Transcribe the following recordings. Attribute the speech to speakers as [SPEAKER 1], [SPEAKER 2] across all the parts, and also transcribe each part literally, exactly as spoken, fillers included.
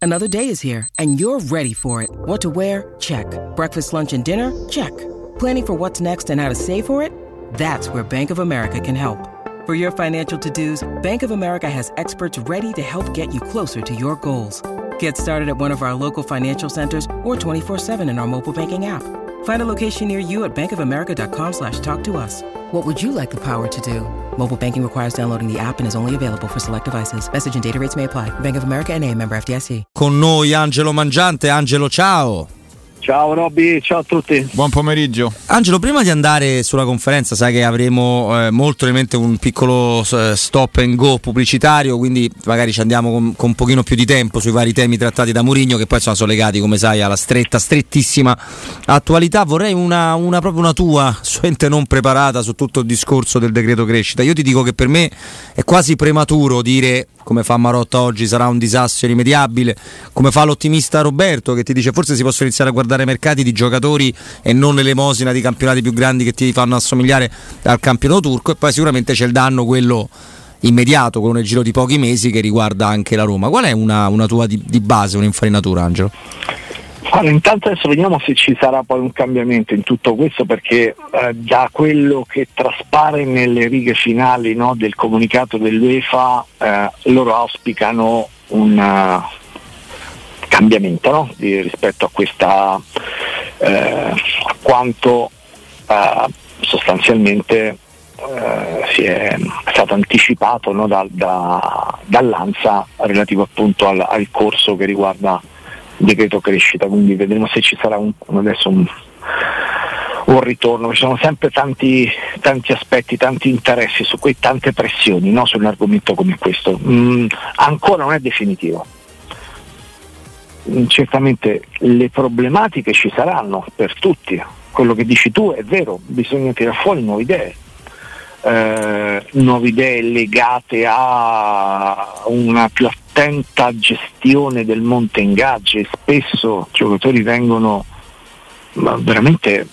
[SPEAKER 1] Another day is here, and you're ready for it. What to wear? Check. Breakfast, lunch, and dinner? Check. Planning for what's next and how to save for it? That's where Bank of America can help. For your financial to-dos, Bank of America has experts ready to help get you closer to your goals. Get started at one of our local financial centers or twenty-four seven in our mobile banking app. Find a location near you at bankofamerica.com slash talk to us. What would you like the power to do? Mobile banking requires downloading the app and is only available for select devices. Message and data rates may apply. Bank of America N A, member F D I C.
[SPEAKER 2] Con noi Angelo Mangiante. Angelo, ciao.
[SPEAKER 3] Ciao Robby, ciao a tutti.
[SPEAKER 4] Buon pomeriggio.
[SPEAKER 2] Angelo, prima di andare sulla conferenza, sai che avremo eh, molto ovviamente un piccolo eh, stop and go pubblicitario, quindi magari ci andiamo con, con un pochino più di tempo sui vari temi trattati da Mourinho, che poi sono, sono legati, come sai, alla stretta, strettissima attualità. Vorrei una, una proprio una tua, suente non preparata su tutto il discorso del decreto crescita. Io ti dico che per me è quasi prematuro dire, come fa Marotta oggi, sarà un disastro irrimediabile, come fa l'ottimista Roberto che ti dice forse si possono iniziare a guardare mercati di giocatori e non l'elemosina di campionati più grandi che ti fanno assomigliare al campionato turco, e poi sicuramente c'è il danno, quello immediato, quello nel giro di pochi mesi, che riguarda anche la Roma. Qual è una, una tua di, di base, un'infarinatura, Angelo?
[SPEAKER 3] Allora, intanto adesso vediamo se ci sarà poi un cambiamento in tutto questo, perché eh, da quello che traspare nelle righe finali, no, del comunicato dell'UEFA, eh, loro auspicano un uh, cambiamento, no, di, rispetto a questa eh, a quanto uh, sostanzialmente uh, si è stato anticipato, no, da, da, dall'ANSA relativo appunto al, al corso che riguarda decreto crescita. Quindi vedremo se ci sarà un, adesso un, un ritorno. Ci sono sempre tanti, tanti aspetti, tanti interessi su cui, tante pressioni, no, su un argomento come questo. Mm, ancora non è definitivo. Mm, certamente le problematiche ci saranno per tutti, quello che dici tu è vero, bisogna tirare fuori nuove idee. Eh, nuove idee legate a una più attenta gestione del monte ingaggi. Spesso i giocatori vengono veramente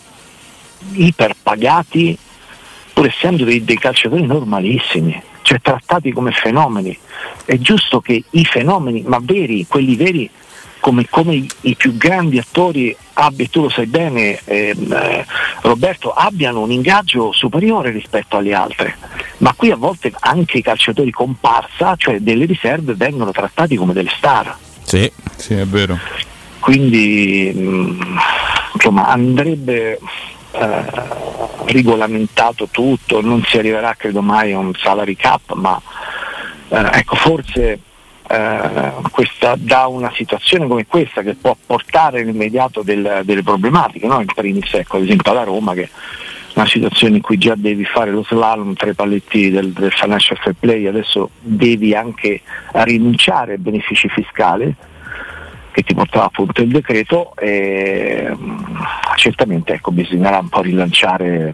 [SPEAKER 3] iperpagati pur essendo dei, dei calciatori normalissimi, cioè trattati come fenomeni. È giusto che i fenomeni, ma veri, quelli veri, come, come i, i più grandi attori abbia, tu lo sai bene eh, eh, Roberto, abbiano un ingaggio superiore rispetto alle altre, ma qui a volte anche i calciatori comparsa, cioè delle riserve, vengono trattati come delle star.
[SPEAKER 4] Sì, sì, è vero.
[SPEAKER 3] Quindi mh, insomma andrebbe eh, regolamentato tutto, non si arriverà credo mai a un salary cap, ma eh, ecco, forse Uh, questa, da una situazione come questa, che può portare nell'immediato del, delle problematiche, no? In primis, ecco, ad esempio alla Roma, che è una situazione in cui già devi fare lo slalom tra i paletti del, del financial fair play, adesso devi anche rinunciare ai benefici fiscali che ti portava appunto il decreto, e um, certamente, ecco, bisognerà un po' rilanciare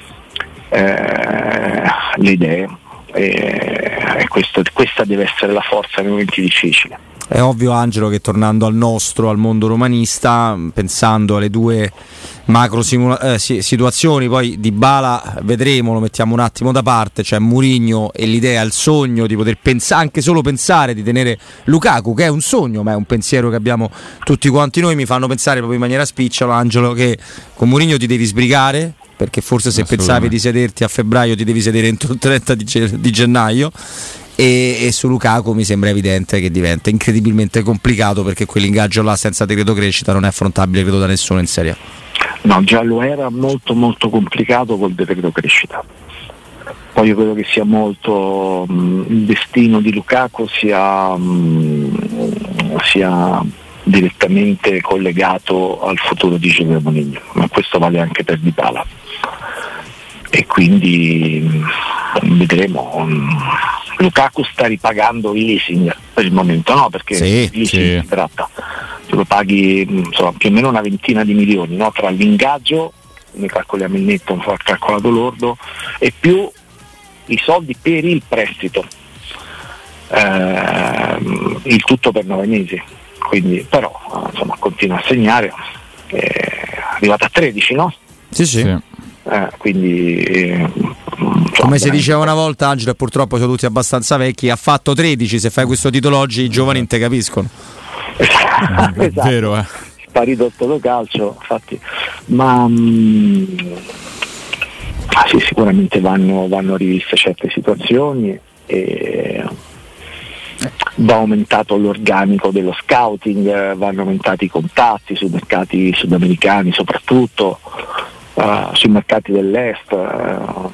[SPEAKER 3] eh, le idee. E questo, questa deve essere la forza nei momenti difficili.
[SPEAKER 2] È ovvio, Angelo, che tornando al nostro, al mondo romanista, pensando alle due macro simula- eh, situazioni, poi Dybala vedremo, lo mettiamo un attimo da parte, cioè Mourinho e l'idea, il sogno di poter pensare, anche solo pensare di tenere Lukaku, che è un sogno, ma è un pensiero che abbiamo tutti quanti noi. Mi fanno pensare proprio in maniera spicciola, Angelo, che con Mourinho ti devi sbrigare, perché forse se pensavi di sederti a febbraio ti devi sedere entro il trenta di, ge- di gennaio, e, e su Lukaku mi sembra evidente che diventa incredibilmente complicato, perché quell'ingaggio là senza decreto crescita non è affrontabile credo da nessuno in Serie A.
[SPEAKER 3] No, già lo era molto molto complicato col decreto crescita. Poi io credo che sia molto mh, il destino di Lukaku sia, mh, sia direttamente collegato al futuro di José Mourinho, ma questo vale anche per Dybala. E quindi mh, vedremo. Mh, Lukaku sta ripagando il leasing per il momento, no? Perché
[SPEAKER 4] sì,
[SPEAKER 3] il leasing
[SPEAKER 4] sì.
[SPEAKER 3] si tratta, se lo paghi insomma, più o meno una ventina di milioni, no? Tra l'ingaggio, ne calcoliamo il netto, un po' il calcolato lordo, e più i soldi per il prestito, eh, il tutto per nove mesi. Quindi però insomma continua a segnare, è arrivata a tredici, no?
[SPEAKER 2] Sì, sì. sì.
[SPEAKER 3] Eh, quindi eh,
[SPEAKER 2] come si diceva una volta, Angelo, e purtroppo sono tutti abbastanza vecchi, ha fatto tredici, se fai questo titolo oggi i giovani non te capiscono.
[SPEAKER 3] esatto,
[SPEAKER 4] è vero, eh.
[SPEAKER 3] sparito il Totocalcio, infatti, ma mh, ah, sì, sicuramente vanno, vanno riviste certe situazioni e va aumentato l'organico dello scouting, vanno aumentati i contatti sui mercati sudamericani soprattutto, uh, sui mercati dell'est, uh,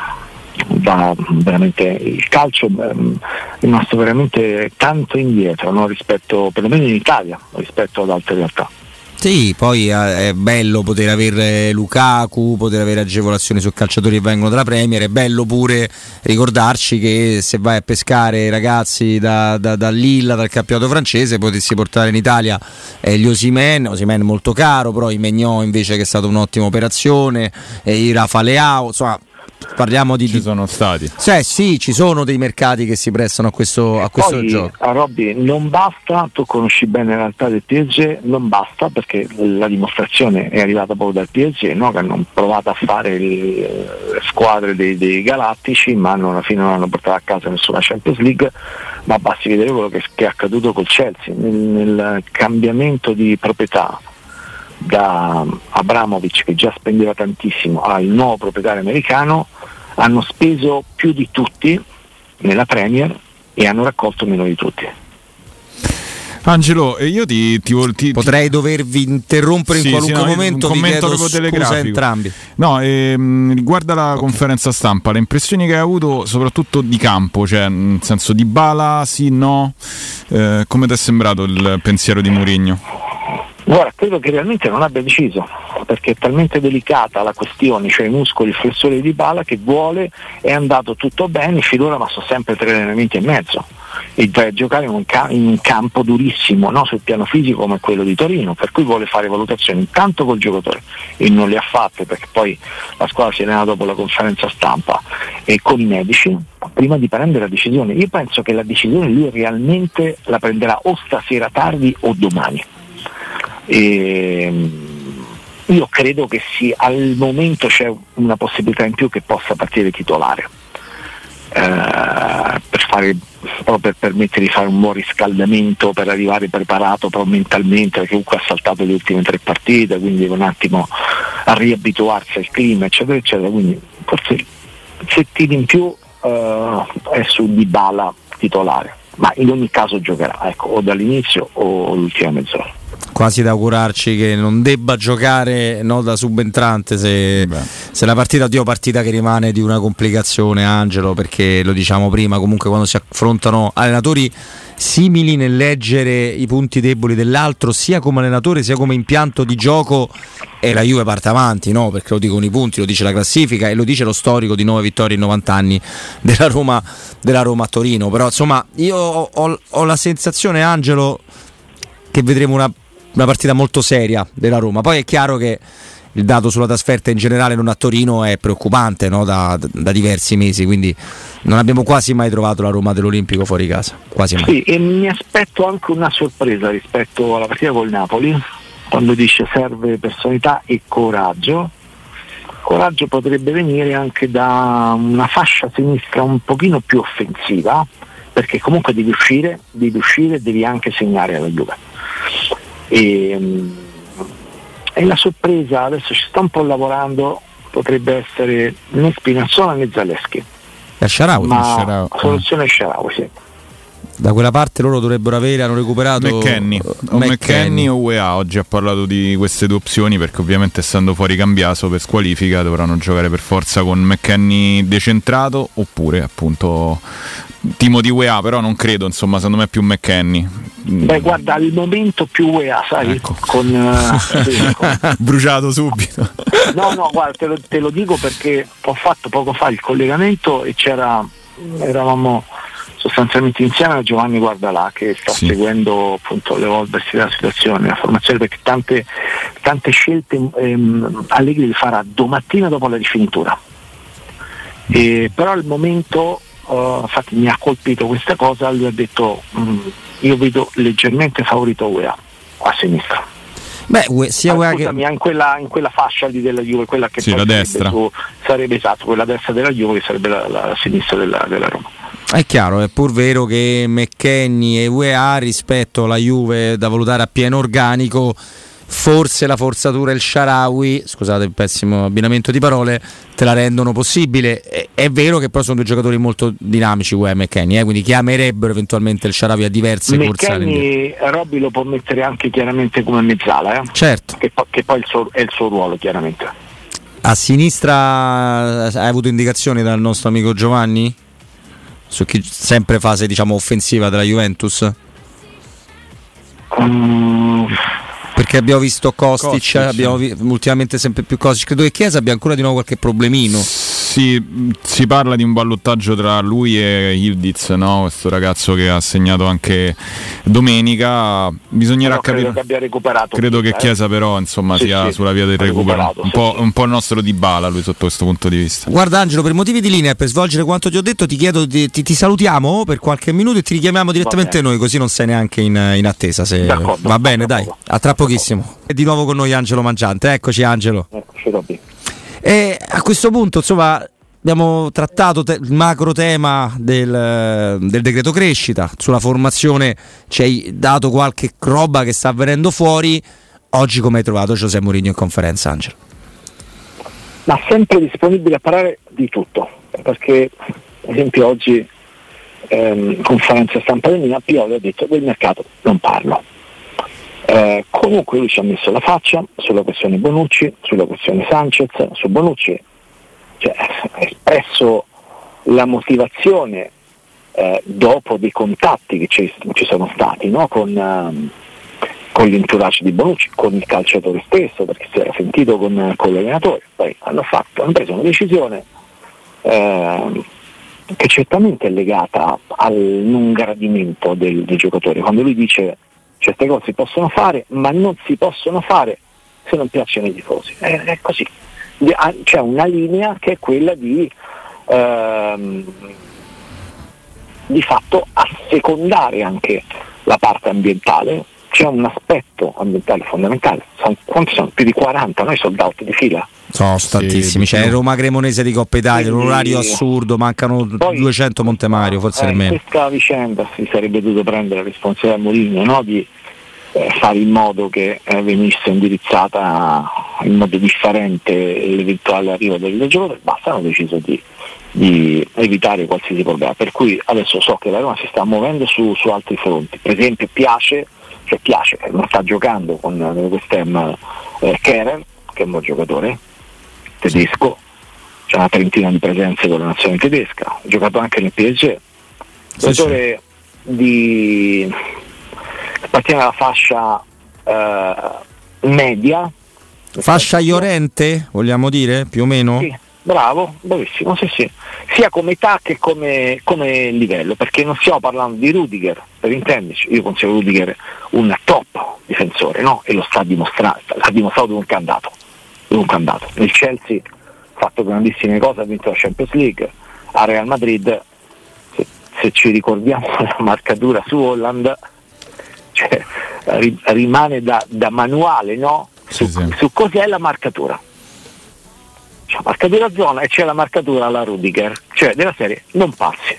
[SPEAKER 3] va veramente, il calcio è rimasto veramente tanto indietro, no? Rispetto, perlomeno in Italia, rispetto ad altre realtà.
[SPEAKER 2] Sì, poi è bello poter avere Lukaku, poter avere agevolazioni su calciatori che vengono dalla Premier, è bello pure ricordarci che se vai a pescare ragazzi da, da, da Lilla, dal campionato francese, potessi portare in Italia eh, gli Osimhen, Osimhen molto caro, però i Maignan invece che è stata un'ottima operazione, e i Rafa Leao, insomma parliamo di...
[SPEAKER 4] Ci sono stati.
[SPEAKER 2] Cioè sì, ci sono dei mercati che si prestano a questo, a questo
[SPEAKER 3] Poi,
[SPEAKER 2] gioco.
[SPEAKER 3] a Robby, non basta, tu conosci bene la realtà del P S G, non basta perché la dimostrazione è arrivata proprio dal P S G, no? Che hanno provato a fare le squadre dei, dei galattici, ma non, alla fine non hanno portato a casa nessuna Champions League, ma basti vedere quello che, che è accaduto col Chelsea, nel, nel cambiamento di proprietà da Abramovich, che già spendeva tantissimo, al nuovo proprietario americano, hanno speso più di tutti nella Premier e hanno raccolto meno di tutti.
[SPEAKER 4] Angelo, io ti, ti, ti
[SPEAKER 2] potrei dovervi interrompere
[SPEAKER 4] sì,
[SPEAKER 2] in qualunque
[SPEAKER 4] sì, no,
[SPEAKER 2] momento,
[SPEAKER 4] un
[SPEAKER 2] vi
[SPEAKER 4] commento
[SPEAKER 2] chiedo
[SPEAKER 4] proprio
[SPEAKER 2] scusa
[SPEAKER 4] telegrafico.
[SPEAKER 2] Entrambi.
[SPEAKER 4] No, ehm, riguarda la okay. conferenza stampa, le impressioni che hai avuto soprattutto di campo, cioè nel senso di Dybala, sì, no, eh, come ti è sembrato il pensiero di Mourinho?
[SPEAKER 3] Guarda, credo che realmente non abbia deciso, perché è talmente delicata la questione, cioè i muscoli, il flessore di Dybala, che vuole, è andato tutto bene, finora ma sono sempre tre allenamenti e mezzo, e vai a giocare in un, ca- in un campo durissimo, no? Sul piano fisico come quello di Torino, per cui vuole fare valutazioni intanto col giocatore, e non le ha fatte perché poi la squadra si allena dopo la conferenza stampa, e con i medici, prima di prendere la decisione. Io penso che la decisione lui realmente la prenderà o stasera tardi o domani. E io credo che sì, al momento c'è una possibilità in più che possa partire titolare, eh, per fare proprio per permettere di fare un buon riscaldamento, per arrivare preparato proprio mentalmente, perché comunque ha saltato le ultime tre partite, quindi deve un attimo a riabituarsi al clima, eccetera eccetera, quindi forse il settino in più eh, è su Dybala titolare, ma in ogni caso giocherà, ecco, o dall'inizio o l'ultima mezz'ora.
[SPEAKER 2] Quasi da augurarci che non debba giocare, no, da subentrante se, se la partita, oddio, partita che rimane di una complicazione, Angelo, perché lo diciamo prima, comunque quando si affrontano allenatori simili nel leggere i punti deboli dell'altro, sia come allenatore sia come impianto di gioco, e la Juve parte avanti, no? Perché lo dicono i punti, lo dice la classifica e lo dice lo storico di nove vittorie in novanta anni della Roma, della Roma a Torino. Però insomma io ho, ho, ho la sensazione, Angelo, che vedremo una una partita molto seria della Roma. Poi è chiaro che il dato sulla trasferta in generale non a Torino è preoccupante, no? da, da diversi mesi, quindi non abbiamo quasi mai trovato la Roma dell'Olimpico fuori casa, quasi mai.
[SPEAKER 3] Sì, e mi aspetto anche una sorpresa rispetto alla partita col Napoli, quando dice serve personalità e coraggio. Coraggio potrebbe venire anche da una fascia sinistra un pochino più offensiva, perché comunque devi uscire, devi uscire e devi anche segnare alla Juve. E, e la sorpresa, adesso ci sta un po' lavorando, potrebbe essere né Spinazzola né Zaleschi,
[SPEAKER 2] El Shaarawy,
[SPEAKER 3] ma la soluzione è Shaarawy, sì.
[SPEAKER 2] Da quella parte loro dovrebbero avere, hanno recuperato
[SPEAKER 4] McKennie o McKennie o U E A. Oggi ha parlato di queste due opzioni, perché ovviamente essendo fuori Cambiaso per squalifica dovranno giocare per forza con McKennie decentrato, oppure appunto Timo di U E A, però non credo, insomma, secondo me è più McKennie.
[SPEAKER 3] Beh, guarda, al momento più U E A, sai,
[SPEAKER 4] ecco.
[SPEAKER 3] con, uh, sì, con...
[SPEAKER 4] bruciato subito.
[SPEAKER 3] No, no, guarda, te lo, te lo dico perché ho fatto poco fa il collegamento e c'era, eravamo sostanzialmente insieme a Giovanni Guardalà, che sta sì. seguendo appunto l'evolversi della situazione, la formazione, perché tante, tante scelte ehm, Allegri le farà domattina dopo la rifinitura. E, però al momento uh, infatti mi ha colpito questa cosa, lui ha detto mh, io vedo leggermente favorito U E A a sinistra.
[SPEAKER 2] Beh, sia
[SPEAKER 3] ah,
[SPEAKER 2] scusami,
[SPEAKER 3] che... in, quella, in quella fascia lì della Juve, quella che
[SPEAKER 4] sì,
[SPEAKER 3] poi
[SPEAKER 4] la
[SPEAKER 3] sarebbe,
[SPEAKER 4] destra.
[SPEAKER 3] Su, sarebbe esatto, quella destra della Juve, che sarebbe la, la sinistra della, della Roma.
[SPEAKER 2] È chiaro, è pur vero che McKennie e U E A rispetto alla Juve da valutare a pieno organico, forse la forzatura e il Shaarawy, scusate il pessimo abbinamento di parole, te la rendono possibile. È, è vero che però sono due giocatori molto dinamici, U E A e McKennie, eh, quindi chiamerebbero eventualmente il Shaarawy a diverse corse.
[SPEAKER 3] McKennie Robby lo può mettere anche chiaramente come mezzala, eh?
[SPEAKER 2] Certo.
[SPEAKER 3] Che, che poi il suo, è il suo ruolo chiaramente.
[SPEAKER 2] A sinistra hai avuto indicazioni dal nostro amico Giovanni? Su chi sempre fase diciamo offensiva della Juventus?
[SPEAKER 3] Mm.
[SPEAKER 2] Perché abbiamo visto Kostic,
[SPEAKER 4] Kostic
[SPEAKER 2] abbiamo vi- ultimamente sempre più Kostic. Credo che Chiesa abbia ancora di nuovo qualche problemino.
[SPEAKER 4] Sì, si parla di un ballottaggio tra lui e Yildiz, no? Questo ragazzo che ha segnato anche domenica. Bisognerà
[SPEAKER 3] Però
[SPEAKER 4] capire.
[SPEAKER 3] Credo che abbia recuperato.
[SPEAKER 4] Credo
[SPEAKER 3] Chiesa,
[SPEAKER 4] che
[SPEAKER 3] eh.
[SPEAKER 4] Chiesa però insomma
[SPEAKER 3] Sì,
[SPEAKER 4] sia
[SPEAKER 3] sì,
[SPEAKER 4] sulla via del
[SPEAKER 3] ha
[SPEAKER 4] recupero.
[SPEAKER 3] recuperato,
[SPEAKER 4] Un
[SPEAKER 3] sì,
[SPEAKER 4] po',
[SPEAKER 3] sì.
[SPEAKER 4] un po' il nostro Dybala lui sotto questo punto di vista.
[SPEAKER 2] Guarda Angelo, per motivi di linea e per svolgere quanto ti ho detto ti chiedo di, ti, ti salutiamo per qualche minuto e ti richiamiamo direttamente noi, così non sei neanche in, in attesa se
[SPEAKER 3] D'accordo,
[SPEAKER 2] va bene, dai.
[SPEAKER 3] d'accordo.
[SPEAKER 2] A tra pochissimo. E di nuovo con noi Angelo Mangiante. Eccoci Angelo.
[SPEAKER 3] Eccoci, Robby.
[SPEAKER 2] E a questo punto insomma abbiamo trattato te- il macro tema del, del decreto crescita, sulla formazione ci hai dato qualche roba che sta avvenendo fuori. Oggi come hai trovato José Mourinho in conferenza, Angelo?
[SPEAKER 3] Ma sempre disponibile a parlare di tutto, perché ad esempio oggi ehm, conferenza stampa del Milan, Pioli ha detto del mercato non parlo. Eh, comunque lui ci ha messo la faccia sulla questione Bonucci, sulla questione Sanchez, su Bonucci, cioè, ha espresso la motivazione eh, dopo dei contatti che ci, ci sono stati, no? con, ehm, con l'entourage di Bonucci, con il calciatore stesso, perché si era sentito con, con l'allenatore, poi hanno fatto, hanno preso una decisione eh, che certamente è legata al non gradimento del, del giocatore. Quando lui dice certe cose si possono fare, ma non si possono fare se non piacciono ai tifosi, è, è così. C'è una linea che è quella di ehm, di fatto assecondare anche la parte ambientale. C'è un aspetto ambientale fondamentale, sono, quanti sono? Più di quaranta, noi sold out di fila.
[SPEAKER 2] Sono
[SPEAKER 4] Sì,
[SPEAKER 2] tantissimi, c'è
[SPEAKER 4] più.
[SPEAKER 2] Roma Cremonese di Coppa Italia,
[SPEAKER 3] Quindi-
[SPEAKER 2] un orario assurdo, mancano
[SPEAKER 3] Poi-
[SPEAKER 2] duecento Montemario, forse
[SPEAKER 3] eh,
[SPEAKER 2] nemmeno.
[SPEAKER 3] In questa vicenda si sarebbe dovuto prendere la responsabilità a Mourinho, no? Di eh, fare in modo che eh, venisse indirizzata in modo differente l'eventuale arrivo del giocatore. Basta, hanno deciso di, di evitare qualsiasi problema, per cui adesso so che la Roma si sta muovendo su, su altri fronti. Per esempio piace, cioè piace che non sta giocando con eh, West Ham eh, Kehrer, che è un buon giocatore tedesco, c'è una trentina di presenze con la nazionale tedesca, ha giocato anche nel P S G, giocatore di appartiene alla fascia eh, media,
[SPEAKER 2] Fascia Llorente, vogliamo dire, più o meno?
[SPEAKER 3] sì, bravo, bravissimo, sì, sì. Sia come età che come, come livello, perché non stiamo parlando di Rudiger, per intenderci. Io considero Rudiger un top difensore, no? E lo sta dimostrando, l'ha dimostrato dovunque è andato, dovunque è andato. Nel Chelsea ha fatto grandissime cose, ha vinto la Champions League, a Real Madrid, se, se ci ricordiamo la marcatura su Holland, cioè, ri, rimane da, da manuale, no? Su,
[SPEAKER 4] Sì, sì.
[SPEAKER 3] su cos'è la marcatura. C'è la marcatura a zona e c'è la marcatura alla Rudiger, cioè della serie non passi.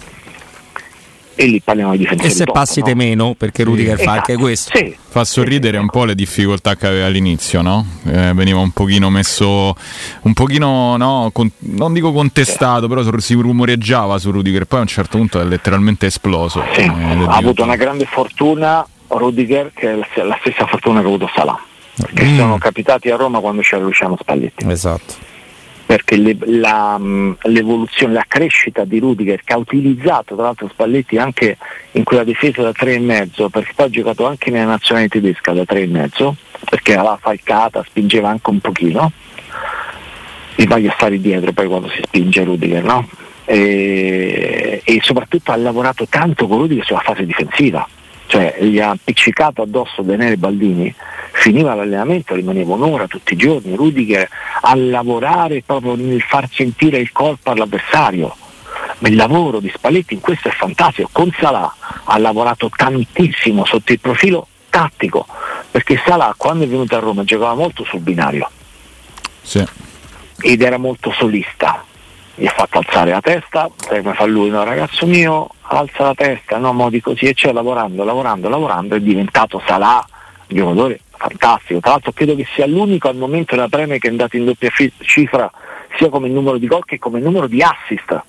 [SPEAKER 3] E lì parliamo di difensori
[SPEAKER 2] E se
[SPEAKER 3] top,
[SPEAKER 2] passi
[SPEAKER 3] no?
[SPEAKER 2] te meno, perché Rudiger fa
[SPEAKER 3] Esatto,
[SPEAKER 2] anche questo.
[SPEAKER 3] Sì.
[SPEAKER 4] Fa sorridere un po' le difficoltà che aveva all'inizio, no? Eh, veniva un pochino messo, un pochino, no, con, non dico contestato, però si rumoreggiava su Rudiger, poi a un certo punto è letteralmente esploso.
[SPEAKER 3] Sì,
[SPEAKER 4] Eh, ed è
[SPEAKER 3] ha
[SPEAKER 4] diventato-
[SPEAKER 3] avuto una grande fortuna Rudiger, che è la, la stessa fortuna che ha avuto Salah, che
[SPEAKER 2] Mm.
[SPEAKER 3] sono capitati a Roma quando c'era Luciano Spalletti,
[SPEAKER 2] Esatto.
[SPEAKER 3] perché le, la, mh, l'evoluzione, la crescita di Rudiger, che ha utilizzato tra l'altro Spalletti anche in quella difesa da tre e mezzo, perché poi ha giocato anche nella nazionale tedesca da tre e mezzo, perché la falcata spingeva anche un pochino, e vai a stare dietro poi quando si spinge Rudiger, no? E, e soprattutto ha lavorato tanto con Rudiger sulla fase difensiva, cioè gli ha appiccicato addosso Daniele Baldini, finiva l'allenamento, rimaneva un'ora tutti i giorni Rudiger a lavorare proprio nel far sentire il colpo all'avversario. Ma il lavoro di Spalletti in questo è fantastico. Con Salah ha lavorato tantissimo sotto il profilo tattico, perché Salah quando è venuto a Roma giocava molto sul binario
[SPEAKER 4] Sì.
[SPEAKER 3] ed era molto solista, gli ha fatto alzare la testa, come fa lui, no ragazzo mio, alza la testa, no, modi così, e c'è lavorando, lavorando, lavorando, è diventato Salah, un giocatore fantastico. Tra l'altro credo che sia l'unico al momento della Premier che è andato in doppia fi- cifra sia come numero di gol che come numero di assist.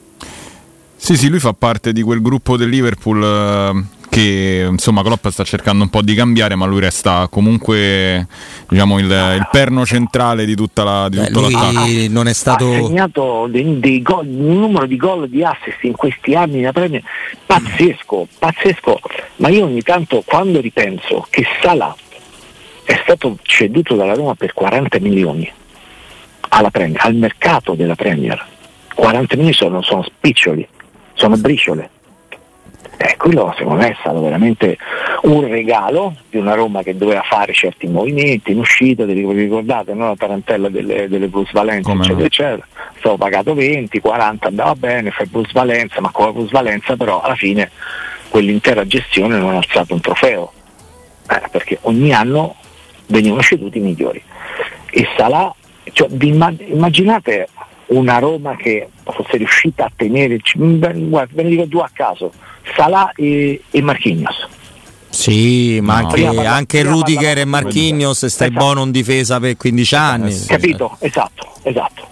[SPEAKER 4] Sì, sì, lui fa parte di quel gruppo del Liverpool eh, che insomma Klopp sta cercando un po' di cambiare, ma lui resta comunque, diciamo, il, il perno centrale di tutta la di
[SPEAKER 2] Beh,
[SPEAKER 4] tutto
[SPEAKER 2] lui
[SPEAKER 4] l'attacco.
[SPEAKER 2] non è stato
[SPEAKER 3] Ha segnato dei, dei gol, un numero di gol di assist in questi anni da Premier pazzesco, pazzesco. Ma io ogni tanto, quando ripenso che Salah è stato ceduto dalla Roma per quaranta milioni alla Premier, al mercato della Premier, quaranta milioni sono, sono spiccioli, sono briciole. Eh, quello secondo me è stato veramente un regalo di una Roma che doveva fare certi movimenti in uscita, vi ricordate, no? La tarantella delle, delle plusvalenze, eccetera, no? eccetera. Stavo pagato venti, quaranta, andava bene, fai plusvalenza, ma con la plusvalenza però alla fine quell'intera gestione non ha alzato un trofeo, eh, perché ogni anno venivano ceduti i migliori. E Salah, cioè, immaginate una Roma che fosse riuscita a tenere, guarda, ve ne dico due a caso, Salah e, e Marquinhos.
[SPEAKER 2] Sì, ma
[SPEAKER 4] no.
[SPEAKER 2] anche,
[SPEAKER 3] Prima,
[SPEAKER 2] anche
[SPEAKER 3] prima
[SPEAKER 2] Rudiger e Marquinhos, se stai
[SPEAKER 3] esatto.
[SPEAKER 2] buono in difesa per quindici anni.
[SPEAKER 4] Eh,
[SPEAKER 3] Capito? Esatto, esatto.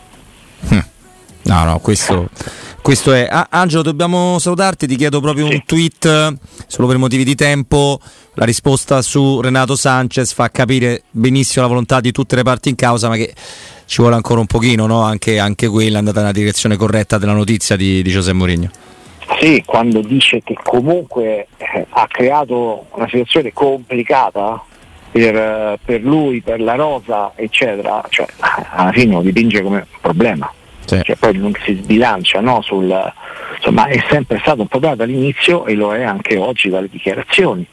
[SPEAKER 2] No, no, questo, questo è. Ah, Angelo, dobbiamo salutarti, ti chiedo proprio
[SPEAKER 3] sì.
[SPEAKER 2] un tweet, solo per motivi di tempo. La risposta su Renato Sanchez fa capire benissimo la volontà di tutte le parti in causa, ma che ci vuole ancora un pochino, no? Anche, anche quella è andata nella direzione corretta della notizia di, di José Mourinho.
[SPEAKER 3] Sì, quando dice che comunque eh, ha creato una situazione complicata per, per lui, per la rosa, eccetera, cioè alla fine lo dipinge come un problema.
[SPEAKER 2] Sì.
[SPEAKER 3] Cioè, poi non si sbilancia, no? Sul, insomma, è sempre stato un problema dall'inizio e lo è anche oggi dalle dichiarazioni.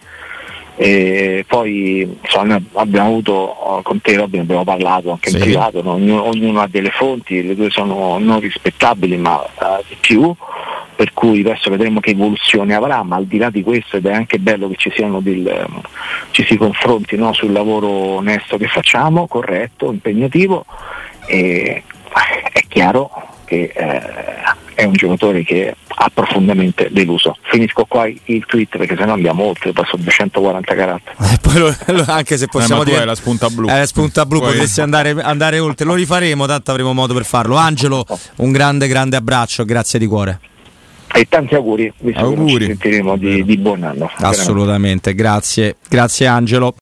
[SPEAKER 3] E poi insomma, abbiamo avuto con te Robin, abbiamo parlato anche
[SPEAKER 2] sì.
[SPEAKER 3] in privato, no? ognuno, ognuno ha delle fonti, le due sono non rispettabili ma uh, di più, per cui adesso vedremo che evoluzione avrà, ma al di là di questo, ed è anche bello che ci siano del, um, ci si confronti, no? Sul lavoro onesto che facciamo, corretto, impegnativo, e è chiaro che eh, è un giocatore che ha profondamente deluso. Finisco qua il tweet perché sennò andiamo oltre, passo duecentoquaranta caratteri.
[SPEAKER 2] Eh, poi lo, lo, anche se possiamo
[SPEAKER 4] eh,
[SPEAKER 2] dire
[SPEAKER 4] è la spunta blu,
[SPEAKER 2] è la spunta blu,
[SPEAKER 4] poi...
[SPEAKER 2] potresti andare, andare oltre, lo rifaremo, tanto avremo modo per farlo. Angelo, un grande grande abbraccio, grazie di cuore.
[SPEAKER 3] E tanti auguri, visto
[SPEAKER 4] auguri.
[SPEAKER 3] Che ci sentiremo di, di buon anno.
[SPEAKER 2] Assolutamente, grazie, grazie Angelo.